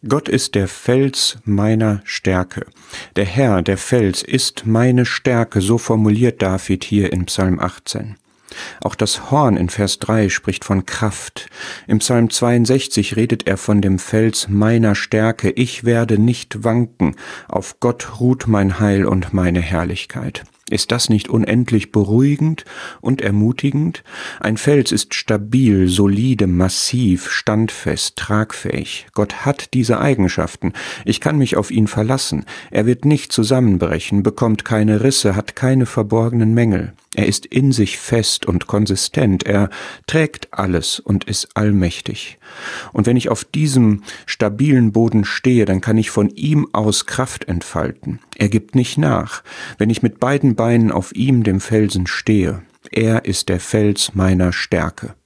Gott ist der Fels meiner Stärke. Der Herr, der Fels, ist meine Stärke, so formuliert David hier in Psalm 18. Auch das Horn in Vers 3 spricht von Kraft. Im Psalm 62 redet er von dem Fels meiner Stärke. Ich werde nicht wanken. Auf Gott ruht mein Heil und meine Herrlichkeit. Ist das nicht unendlich beruhigend und ermutigend? Ein Fels ist stabil, solide, massiv, standfest, tragfähig. Gott hat diese Eigenschaften. Ich kann mich auf ihn verlassen. Er wird nicht zusammenbrechen, bekommt keine Risse, hat keine verborgenen Mängel. Er ist in sich fest und konsistent. Er trägt alles und ist allmächtig. Und wenn ich auf diesem stabilen Boden stehe, dann kann ich von ihm aus Kraft entfalten. Er gibt nicht nach. Wenn ich mit beiden Beinen auf ihm, dem Felsen, stehe, er ist der Fels meiner Stärke.